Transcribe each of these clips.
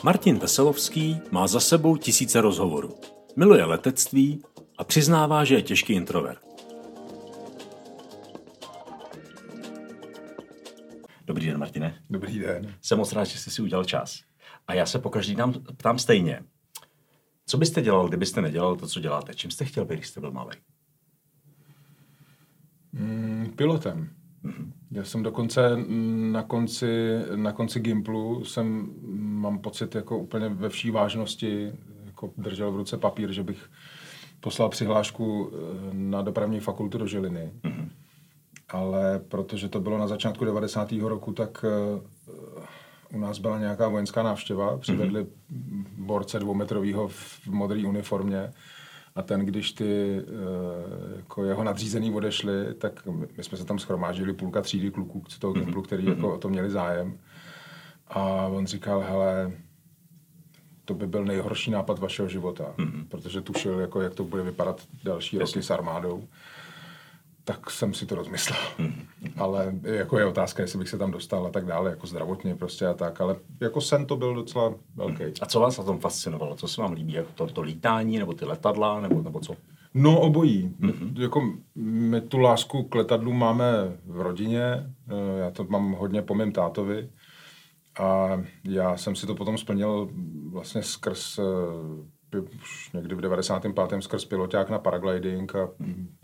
Martin Veselovský má za sebou tisíce rozhovorů. Miluje letectví a přiznává, že je těžký introvert. Dobrý den, Martine. Dobrý den. Jsem moc rád, že jsi si udělal čas. A já se pokaždý ptám stejně. Co byste dělal, kdybyste nedělal to, co děláte? Čím jste chtěl být, když jste byl malý? Pilotem. Já jsem dokonce na konci Gimplu mám pocit jako úplně ve vší vážnosti jako držel v ruce papír, že bych poslal přihlášku na dopravní fakultu do Žiliny. Ale protože to bylo na začátku 90. roku, tak u nás byla nějaká vojenská návštěva. Přivedli borce 2metrovýho v modré uniformě. A ten, když ty jako jeho nadřízený odešli, tak my jsme se tam shromáždili půlka třídy kluků z toho Gimplu, který jako o to měli zájem. A on říkal, hele, to by byl nejhorší nápad vašeho života, protože tušil, jako, jak to bude vypadat další roky s armádou. Tak jsem si to rozmyslel. Ale jako je otázka, jestli bych se tam dostal a tak dále, jako zdravotně prostě a tak, ale jako sen to byl docela velký. A co vás na tom fascinovalo? Co se vám líbí? Jako to lítání, nebo ty letadla, nebo co? No obojí. Jako my tu lásku k letadlu máme v rodině, já to mám hodně po mém tátovi a já jsem si to potom splnil vlastně skrz už někdy v 95. skrz piloťák na paragliding a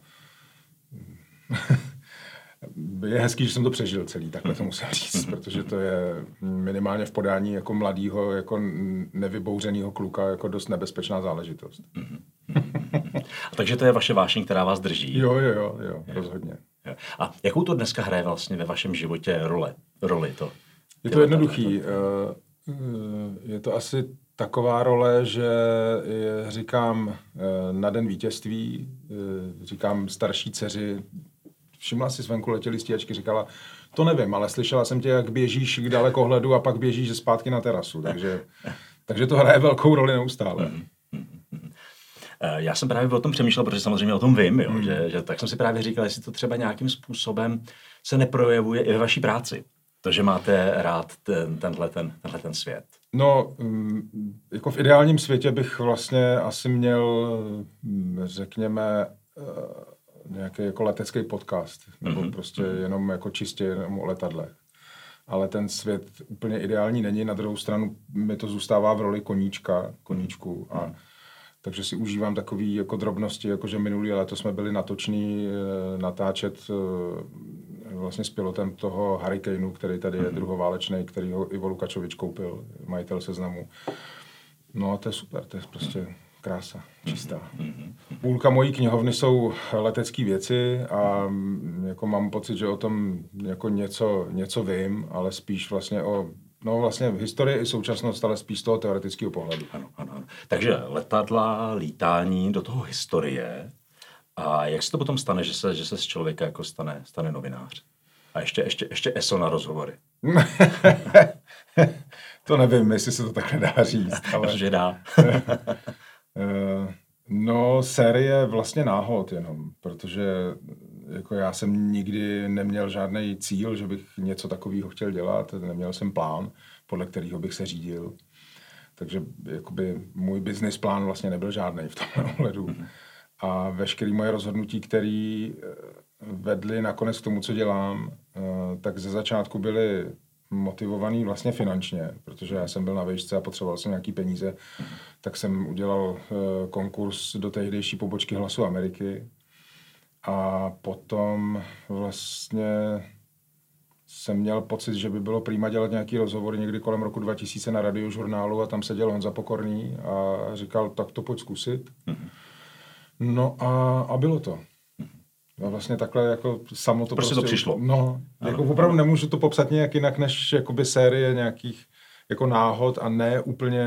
je hezký, že jsem to přežil celý, takhle to musím říct, protože to je minimálně v podání jako mladýho, jako nevybouřenýho kluka, jako dost nebezpečná záležitost. A takže to je vaše vášeň, která vás drží? Jo, rozhodně. Jo. A jakou to dneska hraje vlastně ve vašem životě roli to? Je to jednoduchý. Je to asi taková role, že říkám na den vítězství, říkám starší dceři, všimla si zvenku letěly stíhačky, říkala, to nevím, ale slyšela jsem tě, jak běžíš k dalekohledu a pak běžíš zpátky na terasu, takže to hraje velkou roli neustále. Já jsem právě o tom přemýšlel, protože samozřejmě o tom vím, jo, že tak jsem si právě říkal, jestli to třeba nějakým způsobem se neprojevuje i ve vaší práci. To, že máte rád tenhle svět. No, jako v ideálním světě bych vlastně asi měl, řekněme, nějaký jako letecký podcast, nebo prostě jenom jako čistě jenom o letadlech. Ale ten svět úplně ideální není, na druhou stranu mi to zůstává v roli koníčku a takže si užívám takový jako drobnosti, jako že minulý léto jsme byli natáčet vlastně s pilotem toho Hurricaneu, který tady je druhoválečný, který ho Ivo Lukačovič koupil, majitel Seznamu. No a to je super, to je prostě krása, čistá. Půlka mojí knihovny jsou letecké věci a jako mám pocit, že o tom jako něco vím, ale spíš vlastně vlastně v historii i současnost, ale spíš z toho teoretického pohledu. Ano. Takže letadla, lítání, do toho historie. A jak se to potom stane, že se z člověka jako stane novinář? A ještě ESO na rozhovory. To nevím, jestli se to takhle dá říct. Ale protože dá. No, série vlastně náhod jenom, protože jako já jsem nikdy neměl žádný cíl, že bych něco takového chtěl dělat, neměl jsem plán, podle kterého bych se řídil. Takže jakoby můj business plán vlastně nebyl žádný v tomhle ohledu. A veškeré moje rozhodnutí, které vedly nakonec k tomu, co dělám, tak ze začátku byly motivovaný vlastně finančně, protože já jsem byl na výšce a potřeboval jsem nějaký peníze, tak jsem udělal konkurs do tehdejší pobočky Hlasu Ameriky a potom vlastně jsem měl pocit, že by bylo prima dělat nějaký rozhovor někdy kolem roku 2000 na Radiožurnálu a tam seděl Honza Pokorný a říkal, tak to pojď zkusit. No a bylo to. A vlastně takhle jako samo to prostě to přišlo. No, jako opravdu nemůžu to popsat nějak jinak, než jakoby série nějakých jako náhod a ne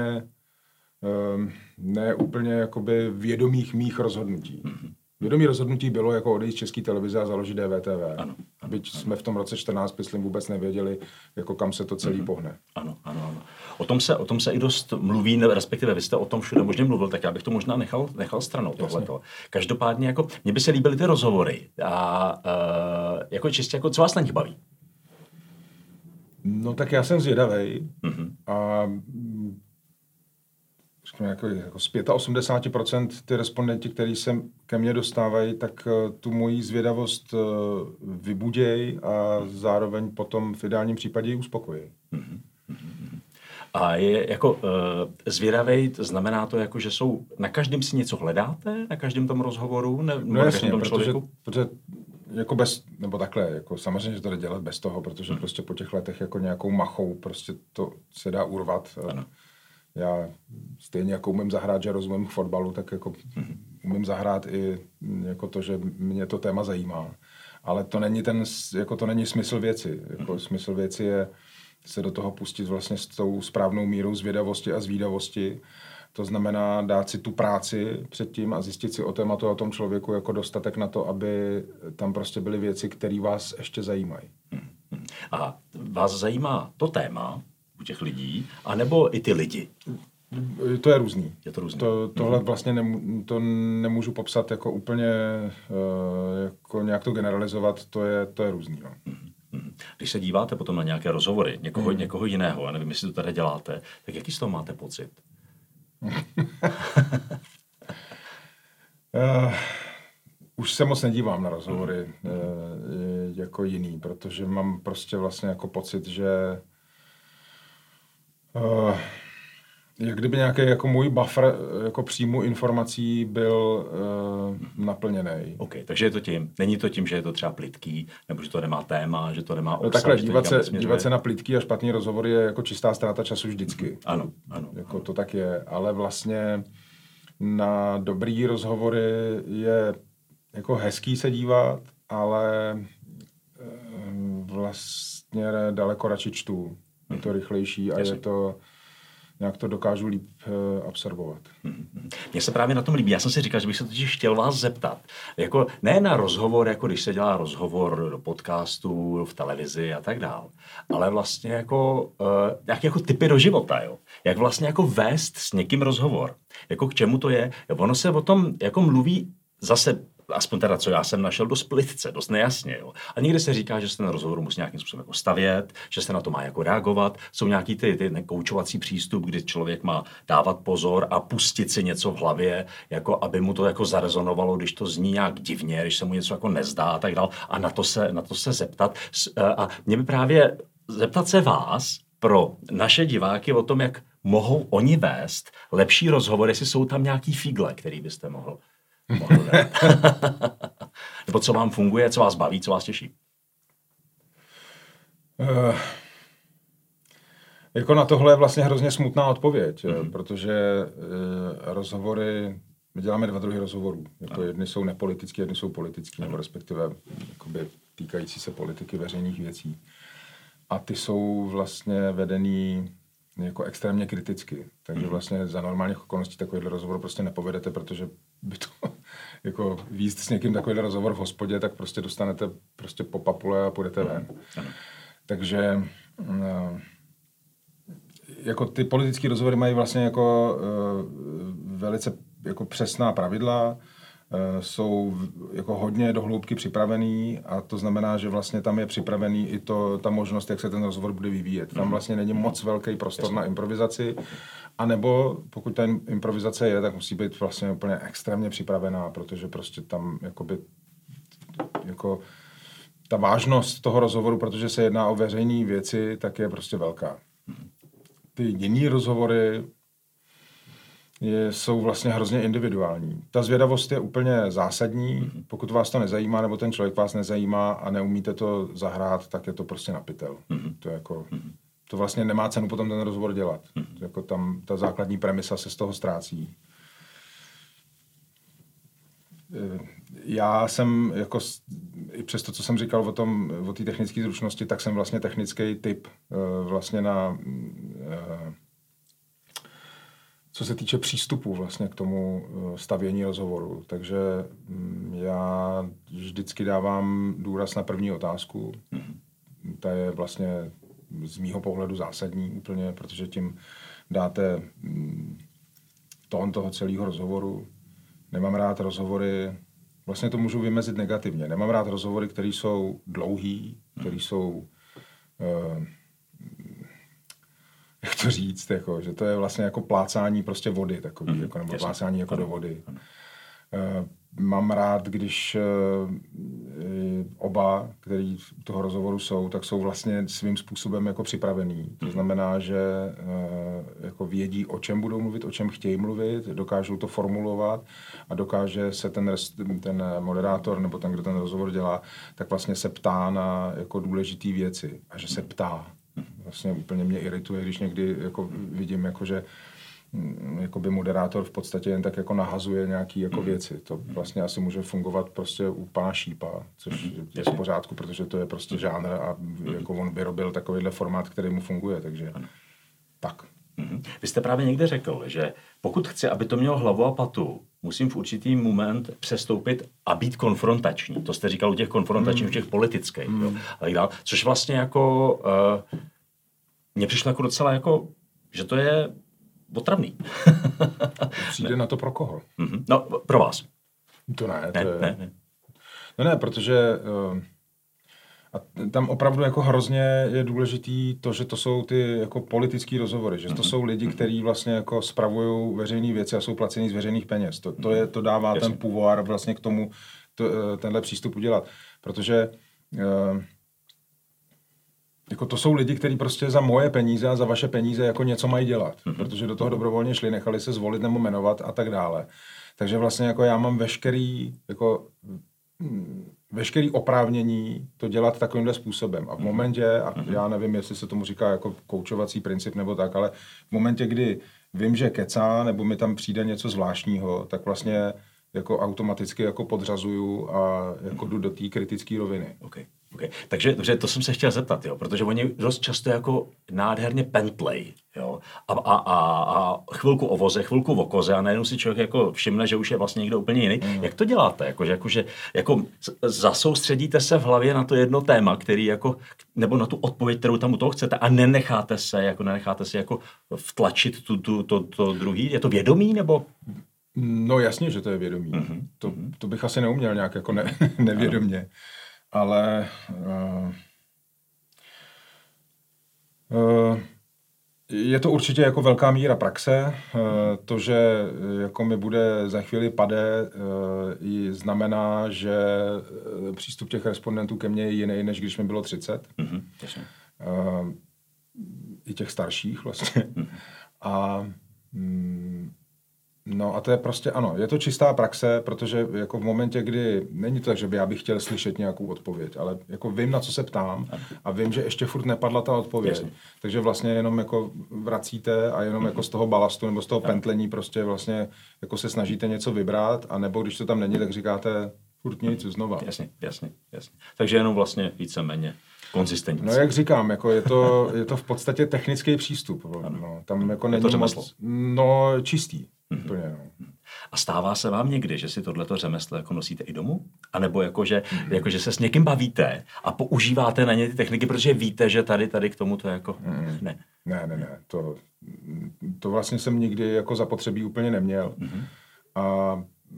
úplně jakoby vědomých mých rozhodnutí. Vědomí rozhodnutí bylo jako odejít z České televize a založit DVTV. Ano. Byť jsme v tom roce 14, myslím, vůbec nevěděli, jako kam se to celý pohne. Ano. O tom se i dost mluví, respektive vy jste o tom všude možná mluvil, tak já bych to možná nechal stranou tohleto. Každopádně jako, mně by se líbily ty rozhovory a jako čistě, jako, co vás na nich baví? No tak já jsem zvědavej a řekněme, jako z 85% ty respondenti, kteří se ke mně dostávají, tak tu moji zvědavost vybudějí a zároveň potom v ideálním případě ji uspokojí. A je jako zvědavej, znamená to jako, že jsou, na každém si něco hledáte, na každém tom rozhovoru? No jasně, protože jako bez, nebo takhle, jako samozřejmě, že to jde dělat bez toho, protože prostě po těch letech jako nějakou machou prostě to se dá urvat. Ano. Já stejně jako umím zahrát, že rozumím k fotbalu, tak jako umím zahrát i jako to, že mě to téma zajímá. Ale to není to není smysl věci. Jako smysl věci je se do toho pustit vlastně s tou správnou mírou zvědavosti a zvídavosti. To znamená dát si tu práci předtím a zjistit si o tématu a o tom člověku jako dostatek na to, aby tam prostě byly věci, které vás ještě zajímají. A vás zajímá to téma u těch lidí, anebo i ty lidi? To je různý. Je to různý. Tohle vlastně to nemůžu popsat jako úplně, jako nějak to generalizovat, to je různý. No. Když se díváte potom na nějaké rozhovory někoho jiného, já nevím, jestli to tady děláte, tak jaký z toho máte pocit? Už se moc nedívám na rozhovory jako jiný, protože mám prostě vlastně jako pocit, že jak kdyby nějaký jako můj buffer jako příjmu informací byl naplněný. OK, takže je to tím. Není to tím, že je to třeba plytký, nebo že to nemá téma, že to nemá obsah. No takhle, dívat se na plytký a špatný rozhovor je jako čistá ztráta času vždycky. Ano. Jako to tak je, ale vlastně na dobrý rozhovory je jako hezký se dívat, ale vlastně daleko radši čtu. Je to rychlejší a je to nějak to dokážu líp absorbovat. Mně se právě na tom líbí. Já jsem si říkal, že bych se totiž chtěl vás zeptat. Jako, ne na rozhovor, jako když se dělá rozhovor do podcastu, v televizi a tak dál, ale vlastně jako, jako typy do života. Jo? Jak vlastně jako vést s někým rozhovor. Jako k čemu to je. Ono se o tom jako mluví zase, aspoň teda, co já jsem našel, dost plytce, dost nejasně. Jo. A někdy se říká, že se ten rozhovor musí nějakým způsobem jako stavět, že se na to má jako reagovat. Jsou nějaký ty koučovací přístup, kdy člověk má dávat pozor a pustit si něco v hlavě, jako aby mu to jako zarezonovalo, když to zní nějak divně, když se mu něco jako nezdá a tak dál. A na to se zeptat. A mě by právě zeptat se vás pro naše diváky o tom, jak mohou oni vést lepší rozhovor, jestli jsou tam nějaký figle, který byste mohl nebo co vám funguje, co vás baví, co vás těší? Jako na tohle je vlastně hrozně smutná odpověď, protože rozhovory, my děláme 2 druhy rozhovorů. Jako jedny jsou nepolitické, jedny jsou politické, nebo respektive jakoby týkající se politiky veřejných věcí. A ty jsou vlastně vedený jako extrémně kriticky. Takže vlastně za normálních okolností takovýhle rozhovor prostě nepovedete, protože by to jako víct s někým takovýhle rozhovor v hospodě, tak prostě dostanete prostě po papule a půjdete ven. Takže jako ty politické rozhovory mají vlastně jako velice jako přesná pravidla, jsou jako hodně do hloubky připravený a to znamená, že vlastně tam je připravený i ta možnost, jak se ten rozhovor bude vyvíjet. Tam vlastně není moc velký prostor na improvizaci, anebo pokud ta improvizace je, tak musí být vlastně úplně extrémně připravená, protože prostě tam jakoby jako ta vážnost toho rozhovoru, protože se jedná o veřejné věci, tak je prostě velká. Ty jiný rozhovory jsou vlastně hrozně individuální. Ta zvědavost je úplně zásadní. Pokud vás to nezajímá, nebo ten člověk vás nezajímá a neumíte to zahrát, tak je to prostě na pytel. To je jako, to vlastně nemá cenu potom ten rozhovor dělat. Jako tam ta základní premisa se z toho ztrácí. Já jsem jako, i přes to, co jsem říkal o té technické zručnosti, tak jsem vlastně technický typ vlastně na co se týče přístupu vlastně k tomu stavění rozhovoru. Takže já vždycky dávám důraz na první otázku. Ta je vlastně z mýho pohledu zásadní úplně, protože tím dáte tón toho celého rozhovoru. Nemám rád rozhovory, vlastně to můžu vymezit negativně. Nemám rád rozhovory, které jsou dlouhý, které jsou jak to říct, jako, že to je vlastně jako plácání prostě vody, takový, jako, nebo plácání jako do vody. Mám rád, když oba, který u toho rozhovoru jsou, tak jsou vlastně svým způsobem jako připravený. To znamená, že jako vědí, o čem budou mluvit, o čem chtějí mluvit, dokážou to formulovat a dokáže se ten moderátor nebo ten, kdo ten rozhovor dělá, tak vlastně se ptá na jako důležitý věci a že se ptá. Vlastně úplně mě irituje, když někdy jako vidím, jako že jakoby moderátor v podstatě jen tak jako nahazuje nějaký jako věci. To vlastně asi může fungovat prostě u pana Šípa, což je v pořádku, protože to je prostě žánr a jako on vyrobil takovýhle formát, který mu funguje, takže tak. Vy jste právě někde řekl, že pokud chci, aby to mělo hlavu a patu, musím v určitý moment přestoupit a být konfrontační. To jste říkal u těch konfrontačních, u těch politických. Jo? Což vlastně jako mně přišlo jako docela jako, že to je otravný. Přijde na to pro koho? No, pro vás. To ne. Ne. Ne, protože a tam opravdu jako hrozně je důležitý to, že to jsou ty jako politický rozhovory, že to jsou lidi, kteří vlastně jako spravují veřejné věci a jsou placení z veřejných peněz. To dává ten pouvoir vlastně k tomu tenhle přístup udělat. Protože jako to jsou lidi, kteří prostě za moje peníze a za vaše peníze jako něco mají dělat. Protože do toho dobrovolně šli, nechali se zvolit nebo jmenovat a tak dále. Takže vlastně jako já mám veškerý oprávnění to dělat takovýmhle způsobem. A v momentě, a já nevím, jestli se tomu říká jako koučovací princip nebo tak, ale v momentě, kdy vím, že kecá, nebo mi tam přijde něco zvláštního, tak vlastně jako automaticky jako podřazuju a jako jdu do té kritické roviny. Okay. Takže to jsem se chtěl zeptat, jo, protože oni dost často jako nádherně pentlej, jo, a chvilku o voze, chvilku o koze a najednou si člověk jako všimne, že už je vlastně někdo úplně jiný. Jak to děláte? Jako zasoustředíte se v hlavě na to jedno téma, který jako, nebo na tu odpověď, kterou tam u toho chcete a nenecháte se jako vtlačit to druhý? Je to vědomí, nebo? No jasně, že to je vědomí. To bych asi neuměl nějak jako nevědomě. Ale je to určitě jako velká míra praxe. To, že jako mi bude za chvíli pade, znamená, že přístup těch respondentů ke mně je jiný, než když mi bylo 30. I těch starších vlastně. No a to je prostě, ano, je to čistá praxe, protože jako v momentě, kdy není to tak, že já bych chtěl slyšet nějakou odpověď, ale jako vím, na co se ptám a vím, že ještě furt nepadla ta odpověď. Jasně. Takže vlastně jenom jako vracíte a jenom jako z toho balastu nebo z toho pentlení prostě vlastně jako se snažíte něco vybrat a nebo když to tam není, tak říkáte furt nic znova. Jasně. Takže jenom vlastně víceméně konzistentní. No jak říkám, jako je to v podstatě technický přístup. No, tam jako není moc, čistý. Úplně, no. A stává se vám někdy, že si tohleto řemeslo jako nosíte i domů? A nebo že se s někým bavíte a používáte na ně ty techniky, protože víte, že tady k tomu to jako ne. Ne. To vlastně jsem nikdy jako zapotřebí úplně neměl. A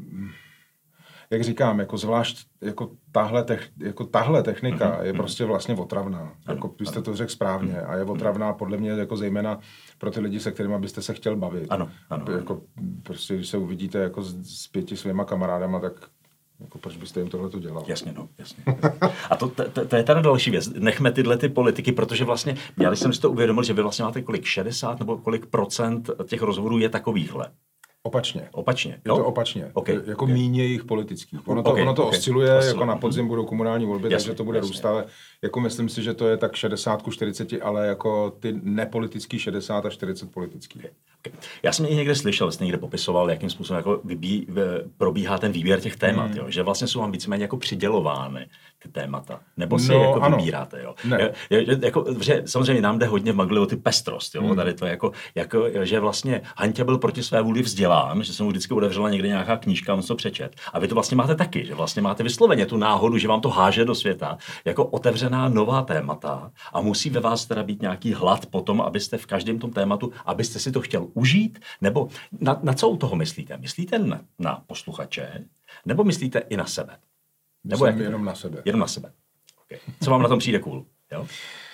jak říkám, jako zvlášť jako tahle technika je prostě vlastně otravná. Jako vy jste to řekl správně a je otravná podle mě jako zejména pro ty lidi, se kterými byste se chtěl bavit. Ano. Jako prostě, když se uvidíte jako s 5 svýma kamarádama, tak jako proč byste jim tohle to dělal? Jasně. A to je teda další věc. Nechme tyhle ty politiky, protože vlastně, já jsem si to uvědomil, že vy vlastně máte kolik 60 nebo kolik procent těch rozhovorů je takovýchhle. Opačně. Je to opačně. Jako míně jich politických. Ono to osciluje, jako na podzim budou komunální volby, takže to bude růst, ale jako myslím si, že to je tak 60-40, ale jako ty nepolitický 60 a 40 politický. Já jsem někde slyšel, jste někde popisoval, jakým způsobem jako probíhá ten výběr těch témat, jo? Že vlastně jsou vám víceméně jako přidělovány ty témata, nebo si jako vybíráte, jo? Že samozřejmě nám jde hodně v Magli o ty pestrost, jo? Tady to jako, že vlastně Hanťa byl proti své vůli vzdělán, že se mu vždycky otevřela někde nějaká knížka, on to přečet. A vy to vlastně máte taky, že vlastně máte vysloveně tu náhodu, že vám to háže do světa, jako otevřená nová témata a musí ve vás teda být nějaký hlad potom, abyste v každém tom tématu, abyste si to chtěl užít, nebo na co u toho myslíte? Myslíte na posluchače, nebo myslíte i na sebe? Nebo jenom na sebe. Jenom na sebe. Okay. Co vám na tom přijde cool? Jo?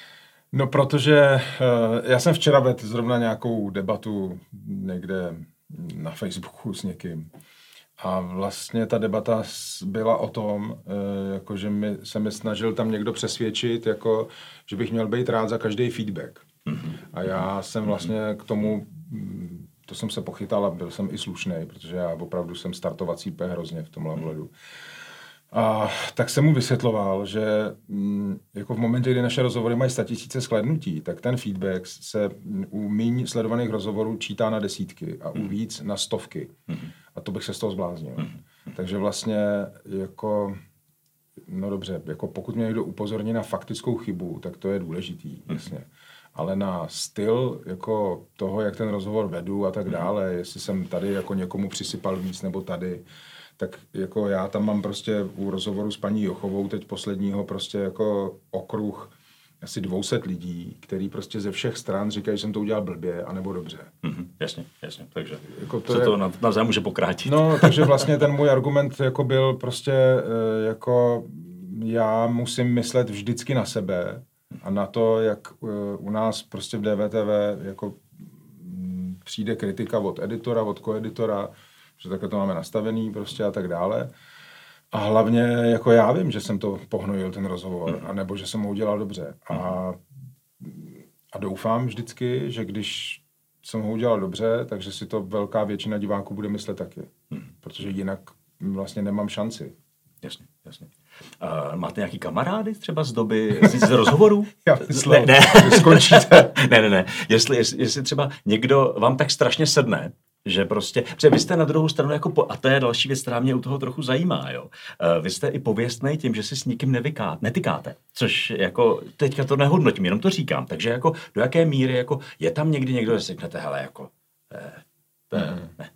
No, protože já jsem včera vedl zrovna nějakou debatu někde na Facebooku s někým. A vlastně ta debata byla o tom, jako že se mi snažil tam někdo přesvědčit, jako, že bych měl být rád za každý feedback. A já jsem vlastně k tomu, to jsem se pochytal a byl jsem i slušnej, protože já opravdu jsem startovací P hrozně v tomhle ohledu. A tak jsem mu vysvětloval, že jako v momentě, kdy naše rozhovory mají 100 000 shlédnutí, tak ten feedback se u méně sledovaných rozhovorů čítá na desítky a u víc na stovky. A to bych se z toho zbláznil. Takže vlastně jako, no dobře, jako pokud mě někdo upozorní na faktickou chybu, tak to je důležitý, jasně. Ale na styl jako toho, jak ten rozhovor vedu a tak dále, jestli jsem tady jako někomu přisypal víc nebo tady, tak jako já tam mám prostě u rozhovoru s paní Jochovou teď posledního prostě jako okruh asi 200 lidí, který prostě ze všech stran říkají, že jsem to udělal blbě, anebo dobře. Jasně. Takže jako se to navzájem může pokrátit. No, takže vlastně ten můj argument jako byl prostě jako já musím myslet vždycky na sebe a na to, jak u nás prostě v DVTV jako přijde kritika od editora, od koeditora, že takhle to máme nastavený prostě a tak dále. A hlavně jako já vím, že jsem to pohnojil ten rozhovor, anebo že jsem ho udělal dobře. A doufám vždycky, že když jsem ho udělal dobře, takže si to velká většina diváků bude myslet taky. Protože jinak vlastně nemám šanci. Jasně. Máte nějaký kamarády třeba z doby z rozhovorů? Já myslel, ne. že skončíte. Ne. Jestli třeba někdo vám tak strašně sedne, že prostě, protože vy jste na druhou stranu jako, a to je další věc, která mě u toho trochu zajímá, jo. Vy jste i pověstnej tím, že si s nikým netykáte, což jako, teďka to nehodnotím, jenom to říkám, takže jako, do jaké míry, jako, je tam někdy někdo, že si řeknete, hele, jako, ne.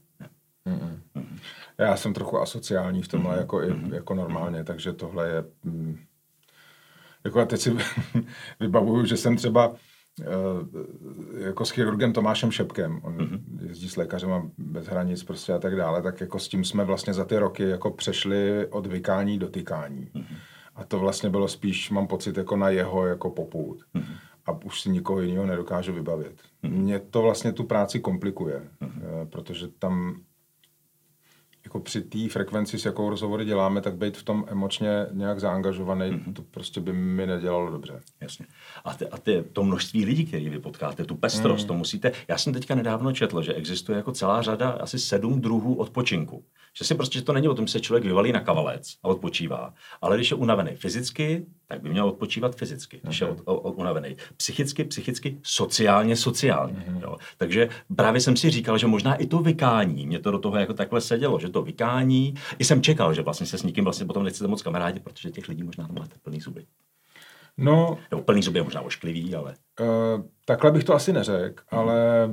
Já jsem trochu asociální v tomhle, jako normálně, takže tohle je, jako já teď si vybavuju, že jsem třeba jako s chirurgem Tomášem Šepkem, on jezdí s lékařem bez hranic prostě a tak dále, tak jako s tím jsme vlastně za ty roky jako přešli od vykání do tykání. A to vlastně bylo spíš, mám pocit, jako na jeho jako popud. A už si nikoho jiného nedokážu vybavit. Mně to vlastně tu práci komplikuje, protože tam jako při té frekvenci, s jakou rozhovory děláme, tak být v tom emočně nějak zaangažovaný, to prostě by mi nedělalo dobře. Jasně. A to množství lidí, který vy potkáte, tu pestrost, to musíte... Já jsem teďka nedávno četl, že existuje jako celá řada, asi 7 druhů odpočinku. Že si prostě, že to není o tom, že se člověk vyvalí na kavalec a odpočívá. Ale když je unavený fyzicky, tak by měl odpočívat fyzicky. Když je unavený psychicky, sociálně. Jo. Takže právě jsem si říkal, že možná i to vykání, mě to do toho jako takhle sedělo, že to vykání, i jsem čekal, že vlastně se s nikým vlastně potom nechcete moc kamarádi, protože těch lidí možná tam máte plný zuby. No, nebo plný zuby je možná ošklivý, ale... Takhle bych to asi neřekl, ale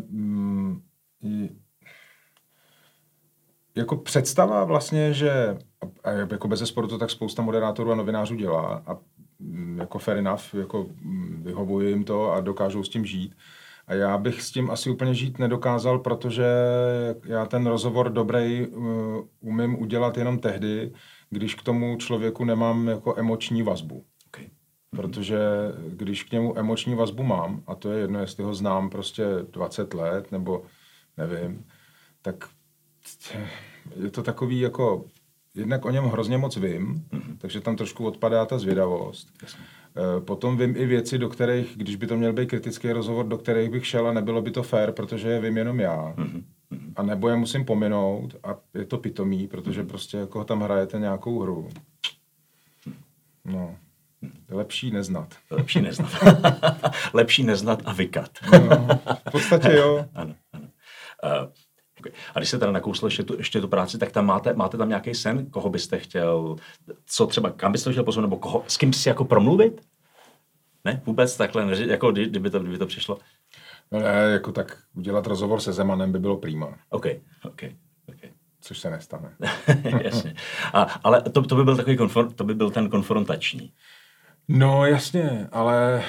jako představa vlastně, že jako bezesporu to tak spousta moderátorů a novinářů dělá a jako fair enough, jako vyhovuje jim to a dokážou s tím žít. A já bych s tím asi úplně žít nedokázal, protože já ten rozhovor dobrý umím udělat jenom tehdy, když k tomu člověku nemám jako emoční vazbu. Okay. Protože když k němu emoční vazbu mám, a to je jedno, jestli ho znám prostě 20 let, nebo nevím, tak je to takový jako, jednak o něm hrozně moc vím, takže tam trošku odpadá ta zvědavost. Potom vím i věci, do kterých, když by to měl být kritický rozhovor, do kterých bych šel a nebylo by to fér, protože je vím jenom já. A nebo je musím pominout a je to pitomý, protože prostě jako tam hrajete nějakou hru. No, lepší neznat. Lepší neznat a vykat. No, v podstatě jo. Ano. Okay. A když se teda nakousl ještě tu práci, tak tam máte tam nějaký sen, koho byste chtěl, co třeba, kam byste chtěl posunout, nebo s kým si jako promluvit? Ne? Vůbec takhle, jako kdyby to přišlo? No ne, jako tak udělat rozhovor se Zemanem by bylo prima. OK. Což se nestane. Jasně. Ale to by byl takový to by byl ten konfrontační. No jasně, ale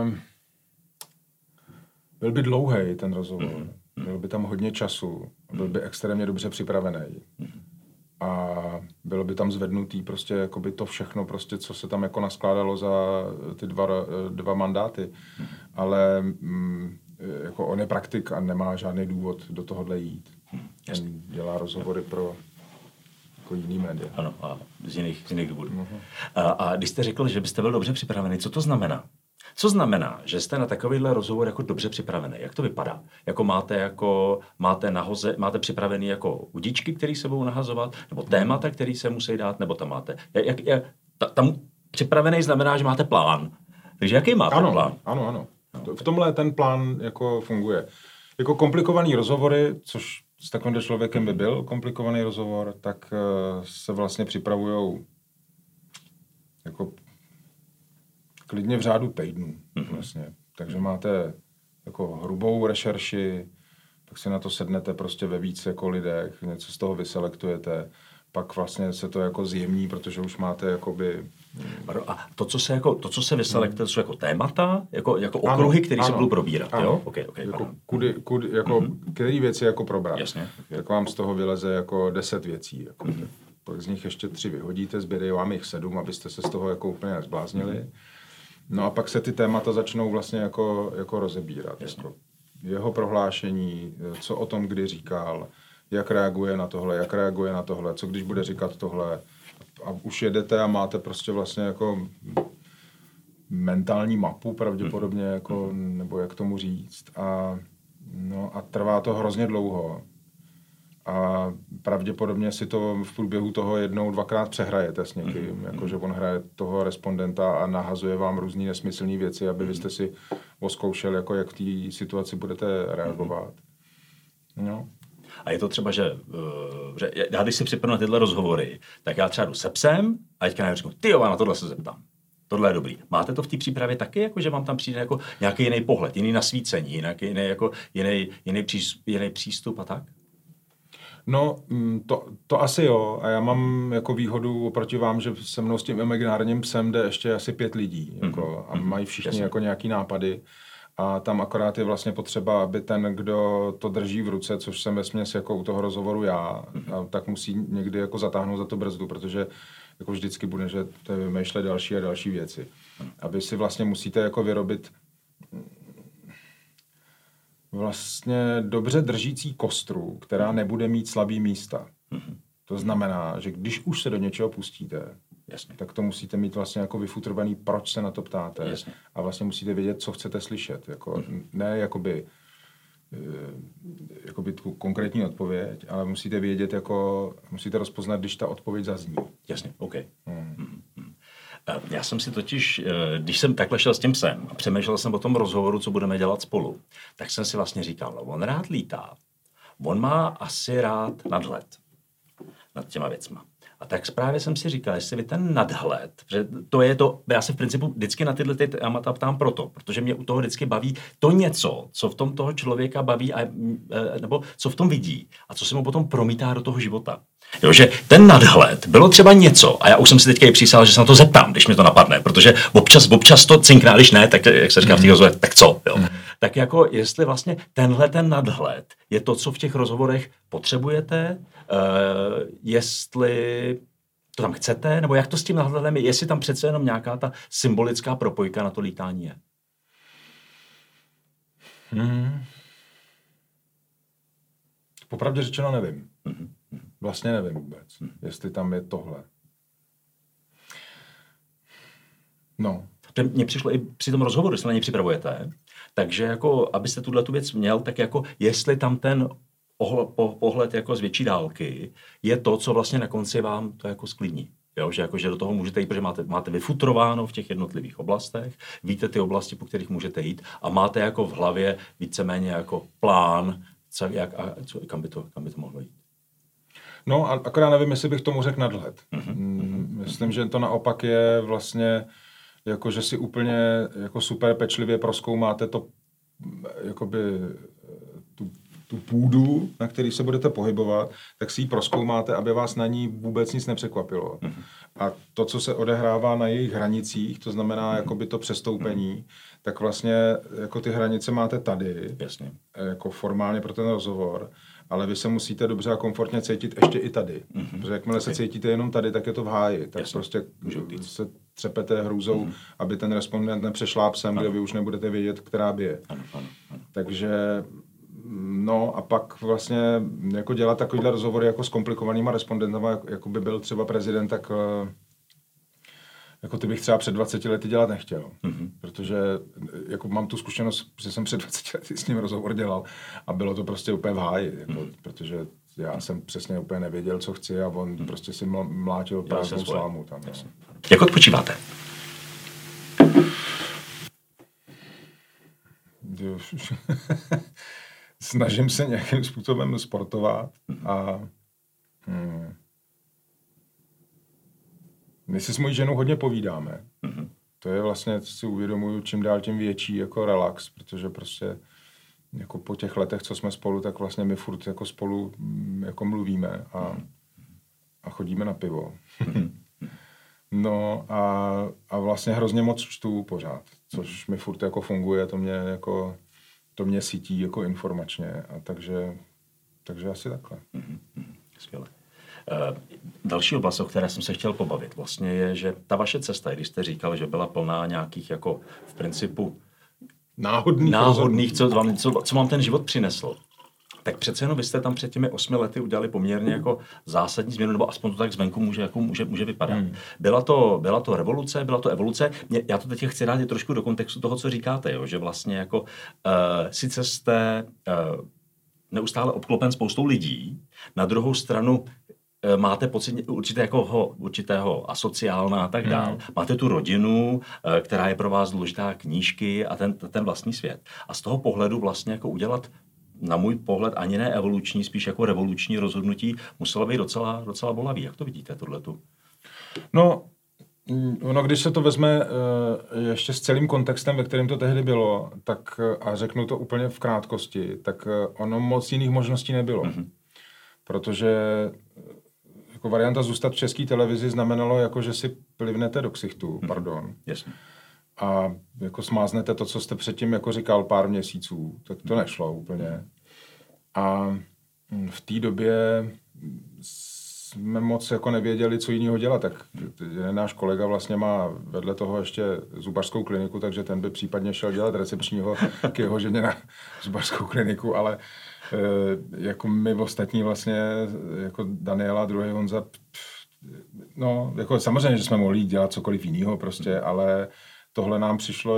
byl by dlouhej ten rozhovor. Byl by tam hodně času, byl by extrémně dobře připravený. A bylo by tam zvednutý prostě jakoby to všechno, prostě, co se tam jako naskládalo za ty dva mandáty. ale jako on je praktik a nemá žádný důvod do tohohle jít. On dělá rozhovory pro jako jiný média. Ano, a z jiných důvodů. A když jste řekl, že byste byl dobře připravený, co to znamená? Co znamená, že jste na takovýhle rozhovor jako dobře připravený? Jak to vypadá? Máte připravený jako udičky, které se budou nahazovat, nebo témata, které se musí dát, nebo tam máte... Tam připravený znamená, že máte plán. Takže jaký máte plán? Ano. V tomhle ten plán jako funguje. Jako komplikovaný rozhovory, což s takovým člověkem by byl komplikovaný rozhovor, tak se vlastně připravujou jako klidně v řádu týdnů. Vlastně. Takže máte jako hrubou rešerši, pak si na to sednete prostě ve víc jako lidech, něco z toho vyselektujete, pak vlastně se to jako zjemní, protože už máte jakoby... A to, co se vyselektuje, jsou jako témata, jako okruhy, které se budou probírat, ano. Jo? Okay, jako který věci jako probrat. Jasně. Tak vám z toho vyleze jako 10 věcí. Jako. Pak z nich ještě 3 vyhodíte, zbyde vám jich 7, abyste se z toho jako úplně nezbláznili. No a pak se ty témata začnou vlastně jako rozebírat. Jako jeho prohlášení, co o tom kdy říkal, jak reaguje na tohle, co když bude říkat tohle. A už jedete a máte prostě vlastně jako mentální mapu pravděpodobně, jako, nebo jak tomu říct. A trvá to hrozně dlouho. A pravděpodobně si to v průběhu toho 1-2krát přehrajete s někým, jakože on hraje toho respondenta a nahazuje vám různý nesmyslné věci, aby vy jste si oskoušel, jako jak v té situaci budete reagovat. No. A je to třeba, že já když si připravím na tyhle rozhovory, tak já třeba jdu se psem a teďka řeknu, tyjo, na tohle se zeptám. Tohle je dobrý. Máte to v té přípravě taky, jako, že vám tam přijde jako nějaký jiný pohled, jiný nasvícení, jiný přístup a tak? No, to asi jo. A já mám jako výhodu oproti vám, že se mnou s tím imaginárním psem jde ještě asi 5 lidí. Jako, a mají všichni jako nějaký nápady. A tam akorát je vlastně potřeba, aby ten, kdo to drží v ruce, což jsem vesměs jako u toho rozhovoru já, tak musí někdy jako zatáhnout za to brzdu, protože jako vždycky bude, že to vymýšlet další a další věci. A vy si vlastně musíte jako vyrobit vlastně dobře držící kostru, která nebude mít slabý místa. To znamená, že když už se do něčeho pustíte, tak to musíte mít vlastně jako vyfutrovaný, proč se na to ptáte. Jasně. A vlastně musíte vědět, co chcete slyšet. Jako, ne jakoby tu konkrétní odpověď, ale musíte vědět, musíte rozpoznat, když ta odpověď zazní. Jasně, OK. Já jsem si totiž, když jsem takhle šel s tím psem a přemýšlel jsem o tom rozhovoru, co budeme dělat spolu, tak jsem si vlastně říkal, on rád lítá, on má asi rád nadhled nad těma věcma. A tak právě jsem si říkal, jestli vy ten nadhled, že to je to, já se v principu vždycky na tyhle témata ptám protože mě u toho vždycky baví to něco, co v tom toho člověka baví, nebo co v tom vidí a co se mu potom promítá do toho života. Jo, že ten nadhled bylo třeba něco, a já už jsem si teďka i přísal, že se na to zeptám, když mi to napadne, protože občas to cinkná, když ne, tak jak se říká v těch rozhovorech, tak co, jo. Tak jako jestli vlastně ten nadhled je to, co v těch rozhovorech potřebujete, jestli to tam chcete, nebo jak to s tím nadhledem je, jestli tam přece jenom nějaká ta symbolická propojka na to lítání je. Popravdě řečeno nevím. Vlastně nevím vůbec, jestli tam je tohle. No. Mně přišlo i při tom rozhovoru, jestli na něj připravujete, takže jako, abyste tu věc měl, tak jako jestli tam ten pohled jako z větší dálky je to, co vlastně na konci vám to jako sklidní. Jo? Že do toho můžete jít, protože máte vyfutrováno v těch jednotlivých oblastech, víte ty oblasti, po kterých můžete jít a máte jako v hlavě víceméně jako plán, kam by to mohlo jít. No, a akorát nevím, jestli bych tomu řekl nadhled. Myslím, že to naopak je vlastně jako, že si úplně jako super pečlivě prozkoumáte to jakoby tu půdu, na který se budete pohybovat, tak si ji prozkoumáte, aby vás na ní vůbec nic nepřekvapilo. A to, co se odehrává na jejich hranicích, to znamená jakoby to přestoupení, tak vlastně jako ty hranice máte tady, Jasně. jako formálně pro ten rozhovor, ale vy se musíte dobře a komfortně cítit ještě i tady. Protože jakmile se cítíte jenom tady, tak je to v háji. Tak prostě se třepete hrůzou, aby ten respondent nepřešláp sem, kde vy už nebudete vědět, která by je. Ano. Takže no a pak vlastně jako dělat takovýhle rozhovory jako s komplikovanýma respondentama, jako by byl třeba prezident, tak jako ty bych třeba před 20 lety dělat nechtěl. Protože jako mám tu zkušenost, že jsem před 20 lety s ním rozhovor dělal a bylo to prostě úplně v háji, jako, protože já jsem přesně úplně nevěděl, co chci a on prostě si mlátil prázdnou slámu tam. No. Jak odpočíváte? Snažím se nějakým způsobem sportovat a my si s mojí ženou hodně povídáme. To je vlastně, si uvědomuju, čím dál tím větší jako relax, protože prostě jako po těch letech, co jsme spolu, tak vlastně my furt jako spolu jako mluvíme a chodíme na pivo. No a vlastně hrozně moc čtu pořád, což mi furt jako funguje, to mě sytí jako informačně a takže asi takhle. Skvěle. Další oblast, o které jsem se chtěl pobavit, vlastně je, že ta vaše cesta, když jste říkal, že byla plná nějakých jako v principu náhodných co vám ten život přinesl, tak přece jenom vy jste tam před těmi 8 lety udělali poměrně jako zásadní změnu, nebo aspoň to tak zvenku může vypadat. Byla to revoluce, byla to evoluce. Já to teď chci dát i trošku do kontextu toho, co říkáte, jo? Že vlastně jako sice jste neustále obklopen spoustou lidí, na druhou stranu máte pocit určitého asociálna a tak dál. Máte tu rodinu, která je pro vás důležitá, knížky a ten vlastní svět. A z toho pohledu vlastně jako udělat, na můj pohled, ani ne evoluční, spíš jako revoluční rozhodnutí, muselo být docela bolavý. Jak to vidíte, tohletu? No, když se to vezme ještě s celým kontextem, ve kterém to tehdy bylo, tak a řeknu to úplně v krátkosti, tak ono moc jiných možností nebylo. Protože jako varianta zůstat v České televizi znamenalo, jako, že si plivnete do ksichtu, Jasně. A jako smáznete to, co jste předtím jako říkal pár měsíců, tak to nešlo úplně. A v té době jsme moc jako nevěděli, co jiného dělat. Tak náš kolega vlastně má vedle toho ještě zubařskou kliniku, takže ten by případně šel dělat recepčního k jeho ženě na zubařskou kliniku, ale jako my ostatní vlastně, jako Daniela, druhý Honza, no, jako samozřejmě, že jsme mohli dělat cokoliv jiného prostě, ale tohle nám přišlo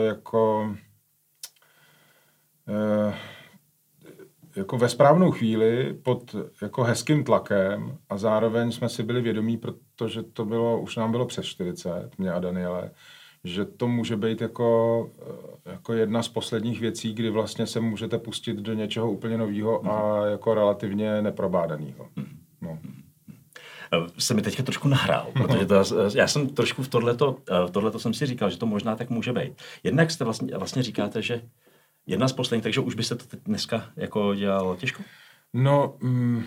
jako ve správnou chvíli pod jako hezkým tlakem a zároveň jsme si byli vědomí, protože už nám bylo přes 40, mě a Daniele, že to může být jako jedna z posledních věcí, kdy vlastně se můžete pustit do něčeho úplně nového a jako relativně neprobádaného. No. Se mi teďka trošku nahrál, protože já jsem trošku v tohleto jsem si říkal, že to možná tak může být. Jednak jste vlastně říkáte, že jedna z posledních, takže už byste to teď dneska jako dělal těžko? No,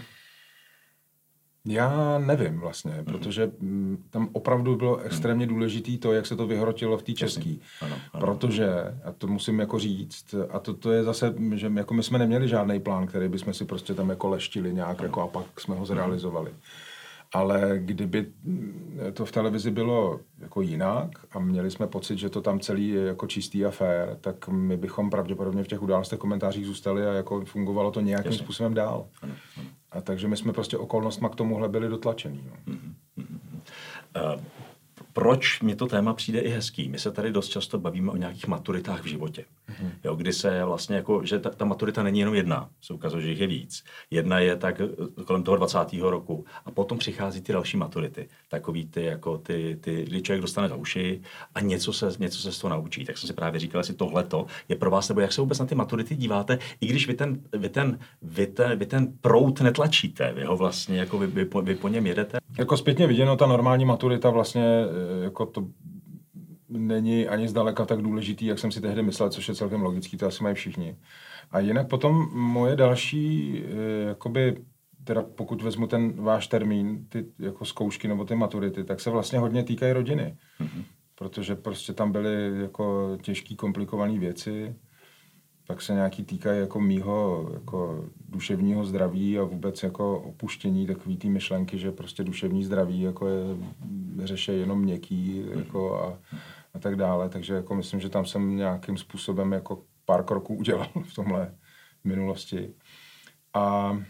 já nevím vlastně, protože tam opravdu bylo extrémně důležitý to, jak se to vyhrotilo v té český. Ano. Protože, a to musím jako říct, a to je zase, že jako my jsme neměli žádný plán, který bychom si prostě tam jako leštili nějak jako, a pak jsme ho zrealizovali. Ale kdyby to v televizi bylo jako jinak a měli jsme pocit, že to tam celý je jako čistý a fair, tak my bychom pravděpodobně v těch událostech komentářích zůstali a jako fungovalo to nějakým způsobem dál. A takže my jsme prostě okolnostma k tomuhle byli dotlačení. No. Proč mi to téma přijde i hezký? My se tady dost často bavíme o nějakých maturitách v životě. Jo, kdy se vlastně jako, že ta maturita není jenom jedna, se ukazuje, že jich je víc. Jedna je tak kolem toho 20. roku a potom přichází ty další maturity. Takový kdy člověk dostane za uši a něco se z toho naučí. Tak jsem si právě říkal, jestli tohleto je pro vás, nebo jak se vůbec na ty maturity díváte, i když vy ten proud netlačíte, vy ho vlastně jako vy po něm jedete. Jako zpětně viděno, ta normální maturita vlastně jako to není ani zdaleka tak důležitý, jak jsem si tehdy myslel, což je celkem logický, to asi mají všichni. A jinak potom moje další jakoby teda pokud vezmu ten váš termín, ty jako zkoušky nebo ty maturity, tak se vlastně hodně týkají rodiny. Protože prostě tam byly jako těžký, komplikované věci, pak se nějaký týkají jako mýho jako duševního zdraví a vůbec jako opuštění takový té myšlenky, že prostě duševní zdraví jako je řeší jenom měkký jako a tak dále. Takže jako myslím, že tam jsem nějakým způsobem jako pár kroků udělal v tomhle minulosti. A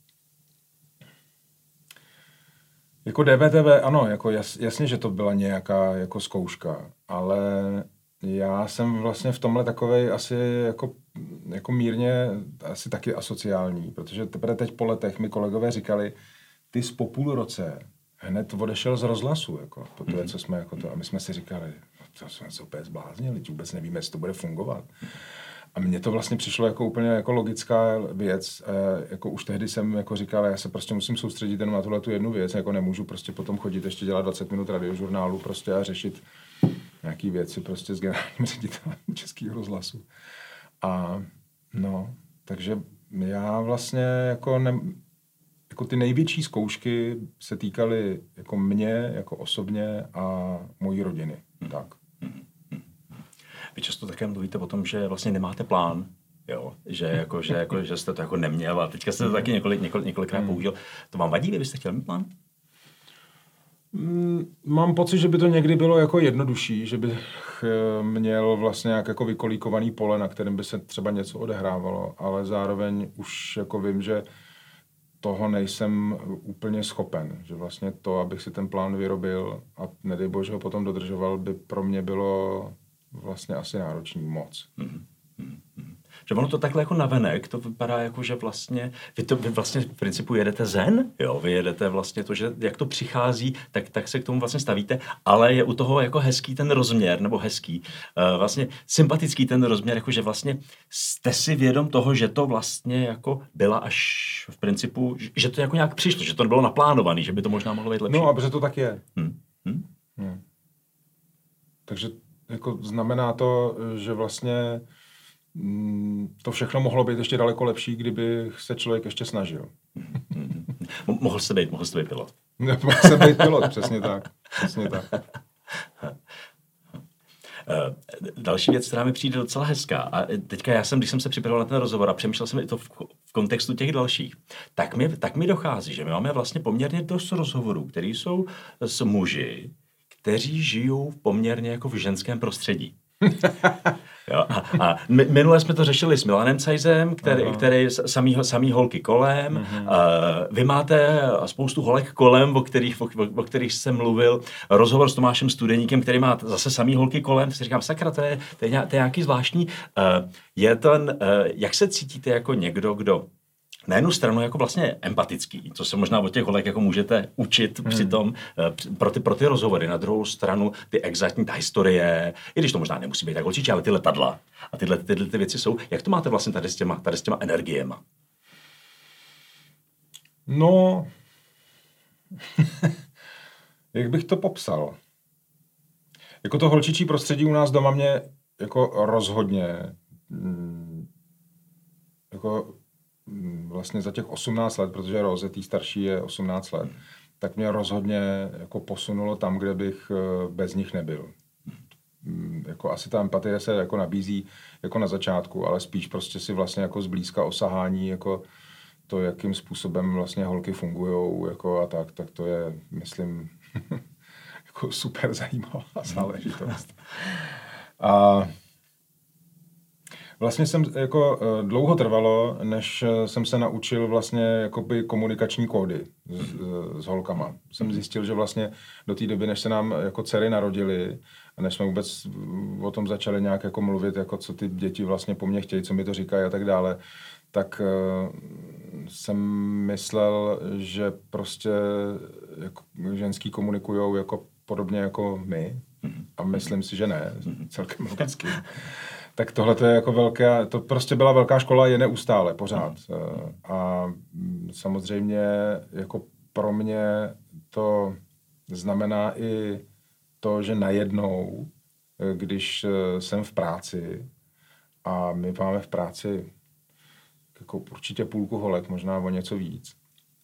jako DVTV, ano, jako jasně, že to byla nějaká jako zkouška, ale já jsem vlastně v tomhle takovej asi jako mírně asi taky asociální, protože teprve teď po letech mi kolegové říkali, ty jsi po půl roce hned odešel z rozhlasu, jako, po to, co jsme jako to, a my jsme si říkali, to jsme se úplně zbláznili, vůbec nevíme, jestli to bude fungovat. A mně to vlastně přišlo jako úplně jako logická věc. Jako už tehdy jsem jako říkal, já se prostě musím soustředit jenom na tuhletu jednu věc, jako nemůžu prostě potom chodit ještě dělat 20 minut radiožurnálu prostě a řešit nějaký věci prostě s generálním ředitelem Českého rozhlasu. A no, takže já vlastně jako ty největší zkoušky se týkaly jako mě, jako osobně a mojí rodiny. Tak. Vy často také mluvíte o tom, že vlastně nemáte plán, jo? Že jste to jako neměl a teďka jste to taky několikrát použil. To vám vadí, kdybyste chtěl mít plán? Mám pocit, že by to někdy bylo jako jednodušší, že bych měl vlastně nějak jako vykolíkovaný pole, na kterém by se třeba něco odehrávalo, ale zároveň už jako vím, že toho nejsem úplně schopen, že vlastně to, abych si ten plán vyrobil a nedej bože ho potom dodržoval, by pro mě bylo vlastně asi náročný moc. Že ono to takhle jako navenek, to vypadá jako, že vlastně, vy vlastně v principu jedete zen, jo, vy jedete vlastně to, že jak to přichází, tak se k tomu vlastně stavíte, ale je u toho jako hezký ten rozměr, nebo vlastně sympatický ten rozměr, jako že vlastně jste si vědom toho, že to vlastně jako byla až v principu, že to jako nějak přišlo, že to nebylo naplánované, že by to možná mohlo být lepší. No a protože to tak je. Takže jako znamená to, že vlastně to všechno mohlo být ještě daleko lepší, kdyby se člověk ještě snažil. Mohl jste být pilot. Mohl jsem být pilot, přesně tak. Další věc, která mi přijde docela hezká, a teďka když jsem se připravoval na ten rozhovor a přemýšlel jsem i to v kontextu těch dalších, tak mi dochází, že my máme vlastně poměrně dost rozhovorů, které jsou s muži, kteří žijou poměrně jako v ženském prostředí. Jo, a minule jsme to řešili s Milanem Cajzem, který samý holky kolem. Vy máte spoustu holek kolem, o kterých jsem mluvil. Rozhovor s Tomášem Studeníkem, který má zase samý holky kolem. Si říkám, sakra, to je nějaký zvláštní. Jak se cítíte jako někdo, kdo na jednu stranu jako vlastně empatický, co se možná od těch holek jako můžete učit přitom pro ty rozhovory. Na druhou stranu ty exaktní, ta historie, i když to možná nemusí být tak určitě, ale ty letadla a tyhle ty věci jsou. Jak to máte vlastně tady s těma energiema? No, jak bych to popsal? Jako to holčičí prostředí u nás doma mě jako rozhodně jako vlastně za těch 18 let, protože Roze, tý starší, je 18 let, tak mě rozhodně jako posunulo tam, kde bych bez nich nebyl. Jako asi ta empatie se jako nabízí jako na začátku, ale spíš prostě si vlastně jako zblízka osahání jako to, jakým způsobem vlastně holky fungujou jako a tak to je, myslím, jako super zajímavá záležitost. A vlastně jsem jako dlouho trvalo, než jsem se naučil vlastně jakoby komunikační kódy s holkama. Jsem zjistil, že vlastně do té doby, než se nám jako dcery narodily a než jsme vůbec o tom začali nějak jako mluvit, jako co ty děti vlastně po mně chtějí, co mi to říkají a tak dále, tak jsem myslel, že prostě jako ženský komunikujou jako podobně jako my a myslím si, že ne, celkem logicky. Tak tohle to je jako to prostě byla velká škola, je neustále, pořád. A samozřejmě jako pro mě to znamená i to, že najednou, když jsem v práci a my máme v práci jako určitě půlku holek, možná o něco víc.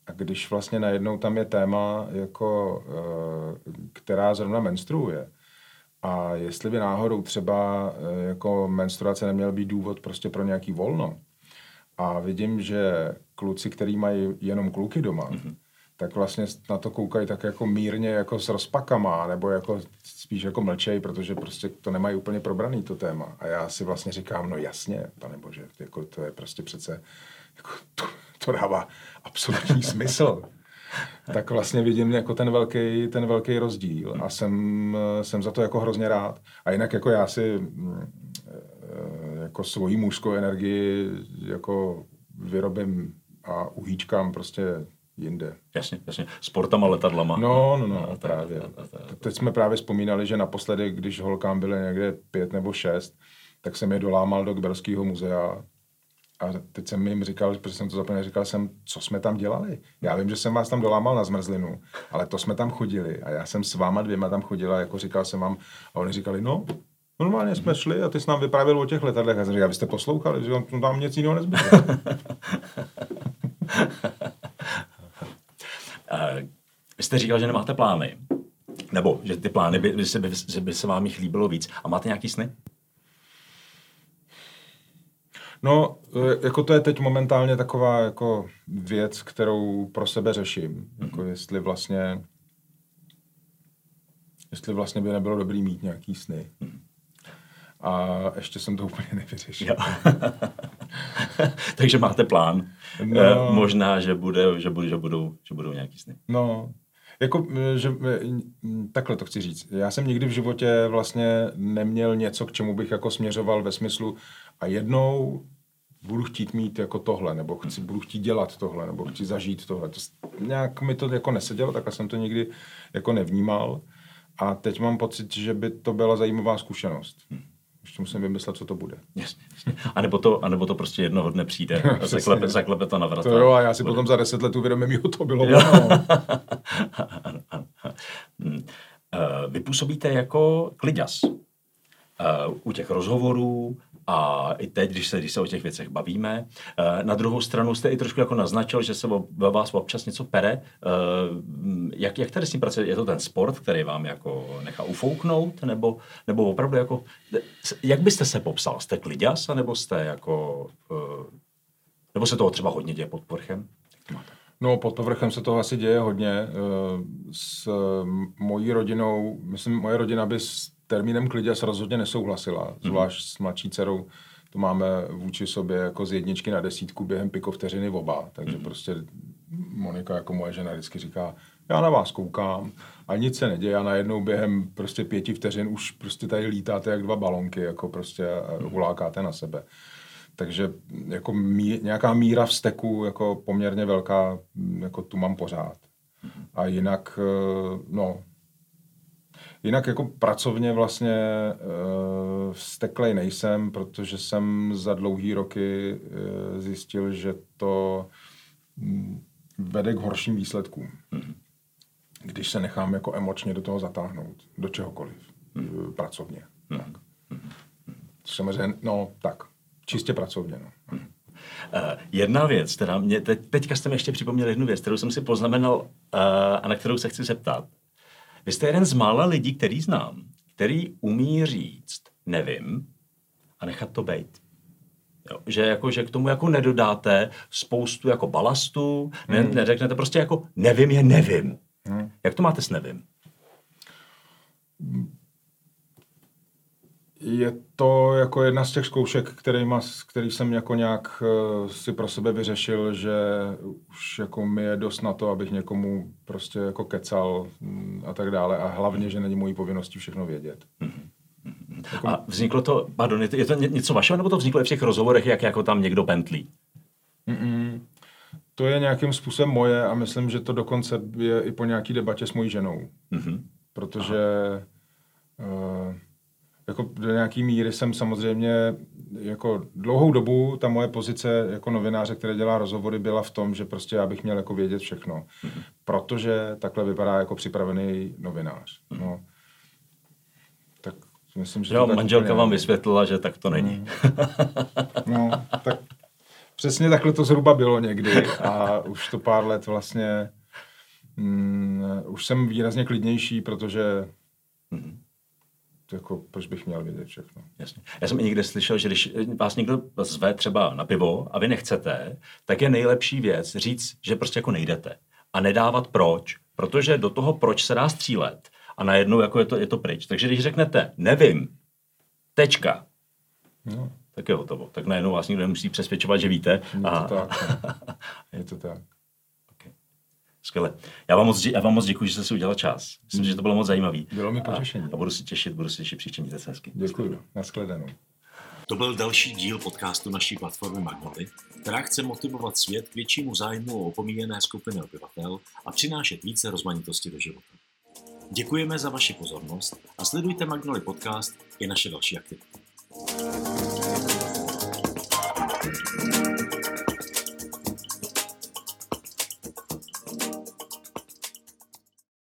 A když vlastně najednou tam je téma, jako, která zrovna menstruuje, a jestli by náhodou třeba jako menstruace neměl být důvod prostě pro nějaký volno, a vidím, že kluci, který mají jenom kluky doma, tak vlastně na to koukají tak jako mírně jako s rozpakama, nebo jako spíš jako mlčej, protože prostě to nemají úplně probraný to téma. A já si vlastně říkám, no jasně, panebože, jako to je prostě přece, jako to dává absolutní smysl. Tak vlastně vidím jako ten velký rozdíl a jsem za to jako hrozně rád. A jinak jako já si jako svoji mužskou energii jako vyrobím a uhýčkám prostě jinde. Jasně. Sportama, letadlama. No, právě. Teď jsme právě vzpomínali, že naposledy, když holkám byly někde 5 nebo 6, tak jsem je dolámal do Kberského muzea. A teď jsem jim říkal, protože jsem to zapomněl, říkal jsem, co jsme tam dělali. Já vím, že jsem vás tam dolámal na zmrzlinu, ale to jsme tam chodili. A já jsem s váma 2 tam chodila, jako říkal jsem vám, a oni říkali, no, normálně jsme šli a ty jsi nám vyprávěl o těch letadlech. A jsem říkal, vy jste poslouchali, že tam nic jiného nezbylo. Vy jste říkal, že nemáte plány. Nebo že ty plány by se vám jich líbilo víc. A máte nějaký sny? No, jako to je teď momentálně taková jako věc, kterou pro sebe řeším. Jako jestli vlastně by nebylo dobrý mít nějaký sny. A ještě jsem to úplně nevyřešil. Takže máte plán. No, možná, že budou nějaký sny. No, jako, že takhle to chci říct. Já jsem nikdy v životě vlastně neměl něco, k čemu bych jako směřoval ve smyslu a jednou budu chtít mít jako tohle, nebo budu chtít dělat tohle, nebo chci zažít tohle. Nějak mi to jako nesedělo, takhle jsem to nikdy jako nevnímal. A teď mám pocit, že by to byla zajímavá zkušenost. Ještě musím vymyslet, co to bude. Jasně. A nebo to prostě jednoho dne přijde a zaklepe to na vrata. To jo, a já si potom za 10 let uvědomím, jo, to bylo ano. Vy působíte jako kliďas. U těch rozhovorů a i teď, když se o těch věcech bavíme. Na druhou stranu jste i trošku jako naznačil, že se ve vás občas něco pere. Jak tady s tím pracuje? Je to ten sport, který vám jako nechá ufouknout? Nebo opravdu jako... Jak byste se popsal? Jste kliďas? Nebo jste jako... Nebo se toho třeba hodně děje pod povrchem? No, pod povrchem se toho asi děje hodně. S mojí rodinou, myslím, moje rodina by s termínem kliďas rozhodně nesouhlasila, zvlášť s mladší dcerou. To máme vůči sobě jako z 1 na 10 během pikovteřiny oba. Takže prostě Monika jako moje žena vždycky říká, já na vás koukám a nic se neděje a najednou během prostě 5 vteřin už prostě tady lítáte jak 2 balonky, jako prostě hulákáte na sebe. Takže jako nějaká míra vzteku jako poměrně velká, jako tu mám pořád. A jinak, jinak jako pracovně vlastně vzteklej nejsem, protože jsem za dlouhý roky zjistil, že to vede k horším výsledkům. Když se nechám jako emočně do toho zatáhnout, do čehokoliv, pracovně. Tak. Samozřejmě, čistě pracovně. No. Jedna věc, teda mě teďka jste mi ještě připomněl jednu věc, kterou jsem si poznamenal a na kterou se chci zeptat. Vy jste jeden z mála lidí, který znám, který umí říct nevím a nechat to bejt. Jo, že k tomu jako nedodáte spoustu jako balastu, neřeknete prostě jako nevím je nevím. Jak to máte s nevím? Je to jako jedna z těch zkoušek, který jsem jako nějak si pro sebe vyřešil, že už jako mi je dost na to, abych někomu prostě jako kecal a tak dále a hlavně, že není mojí povinností všechno vědět. Jako... A vzniklo to, pardon, je to něco vašeho, nebo to vzniklo i v těch rozhovorech, jak jako tam někdo pentlí? To je nějakým způsobem moje a myslím, že to dokonce je i po nějaký debatě s mojí ženou. Protože jako do nějaký míry jsem samozřejmě jako dlouhou dobu ta moje pozice jako novináře, který dělá rozhovory, byla v tom, že prostě já bych měl jako vědět všechno. Protože takhle vypadá jako připravený novinář. No. Tak myslím, že jo, manželka vám vysvětlila, že tak to není. No, tak Přesně takhle to zhruba bylo někdy a už to pár let vlastně už jsem výrazně klidnější, protože jako, proč bych měl vědět všechno. Jasně. Já jsem i někde slyšel, že když vás někdo zve třeba na pivo a vy nechcete, tak je nejlepší věc říct, že prostě jako nejdete. A nedávat proč, protože do toho proč se dá střílet a najednou jako je to pryč. Takže když řeknete nevím, tečka, No. tak je hotovo. Tak najednou vás nikdo nemusí přesvědčovat, že víte. Je to tak. Okay. Skvěle. Já vám moc děkuji, že jste si udělal čas. Myslím, že to bylo moc zajímavý. Bylo mi potěšení. A budu si těšit příště, mějte se hezky. Děkuji. Nashledanou. To byl další díl podcastu naší platformy Magnoly, která chce motivovat svět k většímu zájmu o opomíjené skupiny obyvatel a přinášet více rozmanitosti do života. Děkujeme za vaši pozornost a sledujte Magnoly podcast i naše další aktivity.